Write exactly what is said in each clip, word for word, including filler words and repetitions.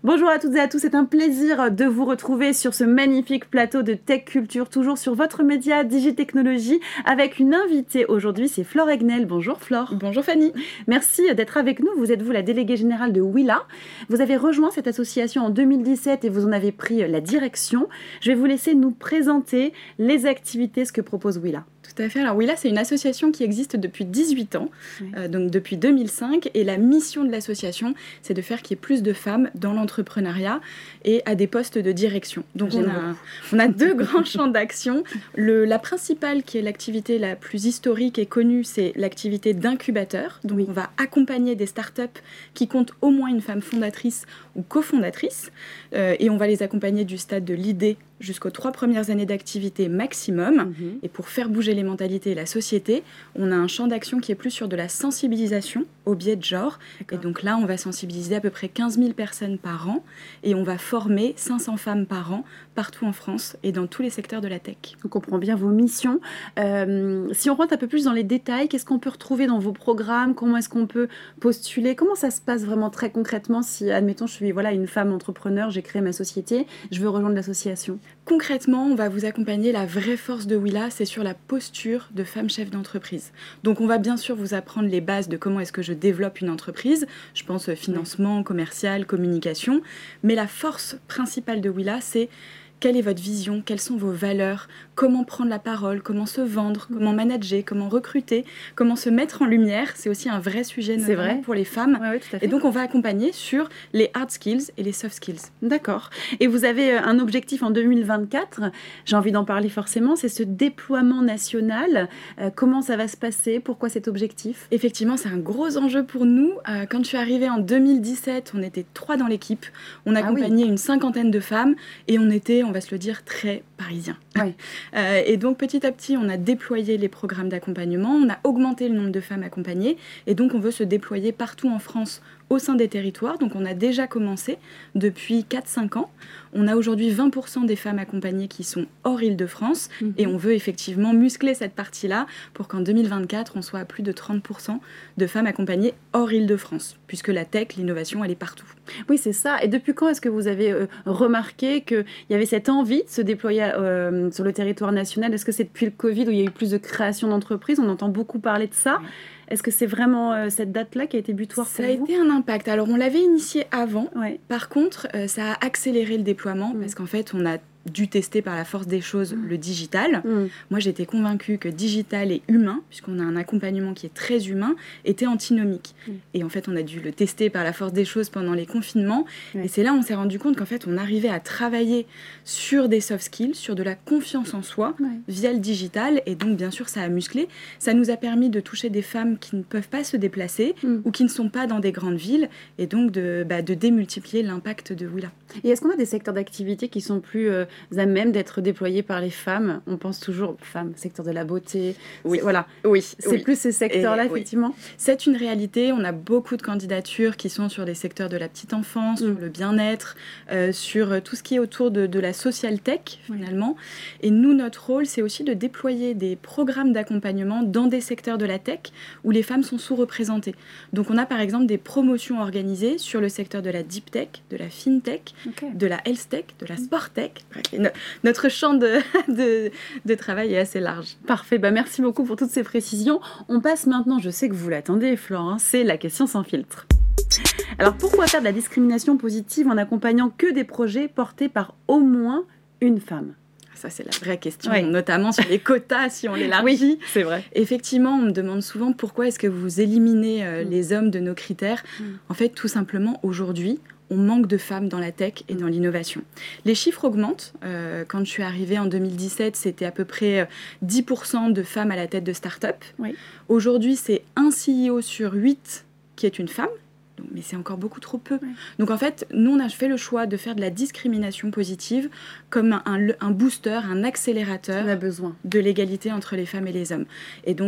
Bonjour à toutes et à tous, c'est un plaisir de vous retrouver sur ce magnifique plateau de Tech Culture, toujours sur votre média Digitechnologie, avec une invitée aujourd'hui, c'est Flore Egnel. Bonjour Flore. Bonjour Fanny. Merci d'être avec nous, vous êtes vous la déléguée générale de Willa. Vous avez rejoint cette association en deux mille dix-sept et vous en avez pris la direction. Je vais vous laisser nous présenter les activités, ce que propose Willa. Tout à fait. Alors Willa, c'est une association qui existe depuis dix-huit ans, oui. euh, donc depuis deux mille cinq. Et la mission de l'association, c'est de faire qu'il y ait plus de femmes dans l'entrepreneuriat et à des postes de direction. Donc on a, on a deux grands champs d'action. Le, la principale, qui est l'activité la plus historique et connue, c'est l'activité d'incubateur. Donc oui. on va accompagner des startups qui comptent au moins une femme fondatrice ou cofondatrice. Euh, et on va les accompagner du stade de l'idée jusqu'aux trois premières années d'activité maximum. Mmh. Et pour faire bouger les mentalités et la société, on a un champ d'action qui est plus sur de la sensibilisation au biais de genre. D'accord. Et donc là, on va sensibiliser à peu près quinze mille personnes par an et on va former cinq cents femmes par an partout en France et dans tous les secteurs de la tech. On comprend bien vos missions. Euh, si on rentre un peu plus dans les détails, qu'est-ce qu'on peut retrouver dans vos programmes? Comment est-ce qu'on peut postuler? Comment ça se passe vraiment très concrètement si, admettons, je suis voilà, une femme entrepreneur, j'ai créé ma société, je veux rejoindre l'association? Concrètement, on va vous accompagner. La vraie force de Willa, c'est sur la posture de femme chef d'entreprise. Donc on va bien sûr vous apprendre les bases de comment est-ce que je développe une entreprise. Je pense financement, commercial, communication. Mais la force principale de Willa, c'est quelle est votre vision, quelles sont vos valeurs, comment prendre la parole, comment se vendre, comment manager, comment recruter, comment se mettre en lumière. C'est aussi un vrai sujet notamment vrai. pour les femmes. Ouais, ouais, tout à fait. Et donc, on va accompagner sur les hard skills et les soft skills. D'accord. Et vous avez un objectif en deux mille vingt-quatre, j'ai envie d'en parler forcément, c'est ce déploiement national. Euh, comment ça va se passer? Pourquoi cet objectif? Effectivement, c'est un gros enjeu pour nous. Euh, quand je suis arrivée en deux mille dix-sept, on était trois dans l'équipe. On accompagnait ah oui. une cinquantaine de femmes et on était, on va se le dire, très parisien. Oui. Euh, et donc, petit à petit, on a déployé les programmes d'accompagnement, on a augmenté le nombre de femmes accompagnées, et donc on veut se déployer partout en France au sein des territoires. Donc, on a déjà commencé depuis quatre à cinq ans. On a aujourd'hui vingt pour cent des femmes accompagnées qui sont hors Île-de-France, mmh. et on veut effectivement muscler cette partie-là pour qu'en deux mille vingt-quatre, on soit à plus de trente pour cent de femmes accompagnées hors Île-de-France, puisque la tech, l'innovation, elle est partout. Oui, c'est ça. Et depuis quand est-ce que vous avez euh, remarqué qu'il y avait cette envie de se déployer euh, sur le territoire national? Est-ce que c'est depuis le Covid où il y a eu plus de création d'entreprises? On entend beaucoup parler de ça. Oui. Est-ce que c'est vraiment euh, cette date-là qui a été butoir pour vous? Ça a été un impact. Alors, on l'avait initié avant. Ouais. Par contre, euh, ça a accéléré le déploiement mmh. parce qu'en fait, on a dû tester par la force des choses mmh. le digital. Mmh. Moi, j'étais convaincue que digital et humain, puisqu'on a un accompagnement qui est très humain, était antinomique. Mmh. Et en fait, on a dû le tester par la force des choses pendant les confinements. Ouais. Et c'est là où on s'est rendu compte qu'en fait, on arrivait à travailler sur des soft skills, sur de la confiance en soi, ouais. via le digital. Et donc, bien sûr, ça a musclé. Ça nous a permis de toucher des femmes qui ne peuvent pas se déplacer mmh. ou qui ne sont pas dans des grandes villes. Et donc, de, bah, de démultiplier l'impact de Willa. Et est-ce qu'on a des secteurs d'activité qui sont plus... Euh, à même d'être déployés par les femmes? On pense toujours aux femmes, secteur de la beauté. Oui, voilà. Oui, c'est oui. plus ces secteurs-là, Et, effectivement. Oui. C'est une réalité. On a beaucoup de candidatures qui sont sur les secteurs de la petite enfance, mmh. sur le bien-être, euh, sur tout ce qui est autour de, de la social tech, finalement. Et nous, notre rôle, c'est aussi de déployer des programmes d'accompagnement dans des secteurs de la tech où les femmes sont sous-représentées. Donc, on a par exemple des promotions organisées sur le secteur de la deep tech, de la fintech, okay. de la health tech, de la sport tech. Bref, notre champ de, de, de travail est assez large. Parfait, bah merci beaucoup pour toutes ces précisions. On passe maintenant, je sais que vous l'attendez Flore, hein, c'est la question sans filtre. Alors pourquoi faire de la discrimination positive en accompagnant que des projets portés par au moins une femme? Ça, c'est la vraie question, oui. notamment sur les quotas, si on l'élargit. Oui, c'est vrai. Effectivement, on me demande souvent pourquoi est-ce que vous éliminez euh, mmh. les hommes de nos critères. Mmh. En fait, tout simplement, aujourd'hui, on manque de femmes dans la tech et dans l'innovation. Les chiffres augmentent. Euh, quand je suis arrivée en deux mille dix-sept, c'était à peu près dix pour cent de femmes à la tête de start-up. Oui. Aujourd'hui, c'est un C E O sur huit qui est une femme. Donc, mais c'est encore beaucoup trop peu. Oui. Donc en fait, nous, on a fait le choix de faire de la discrimination positive comme un, un, un booster, un accélérateur on a besoin. de l'égalité entre les femmes et les hommes. Et donc,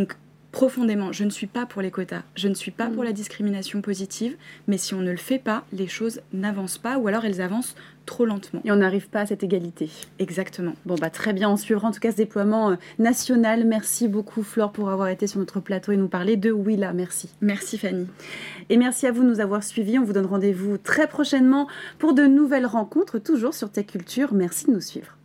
profondément, je ne suis pas pour les quotas, je ne suis pas Mmh. pour la discrimination positive, mais si on ne le fait pas, les choses n'avancent pas, ou alors elles avancent trop lentement. Et on n'arrive pas à cette égalité. Exactement. Bon, bah très bien, on suivra en tout cas ce déploiement euh, national. Merci beaucoup Flore pour avoir été sur notre plateau et nous parler de Willa. Merci. Merci Fanny. Et merci à vous de nous avoir suivis. On vous donne rendez-vous très prochainement pour de nouvelles rencontres, toujours sur Tech Culture. Merci de nous suivre.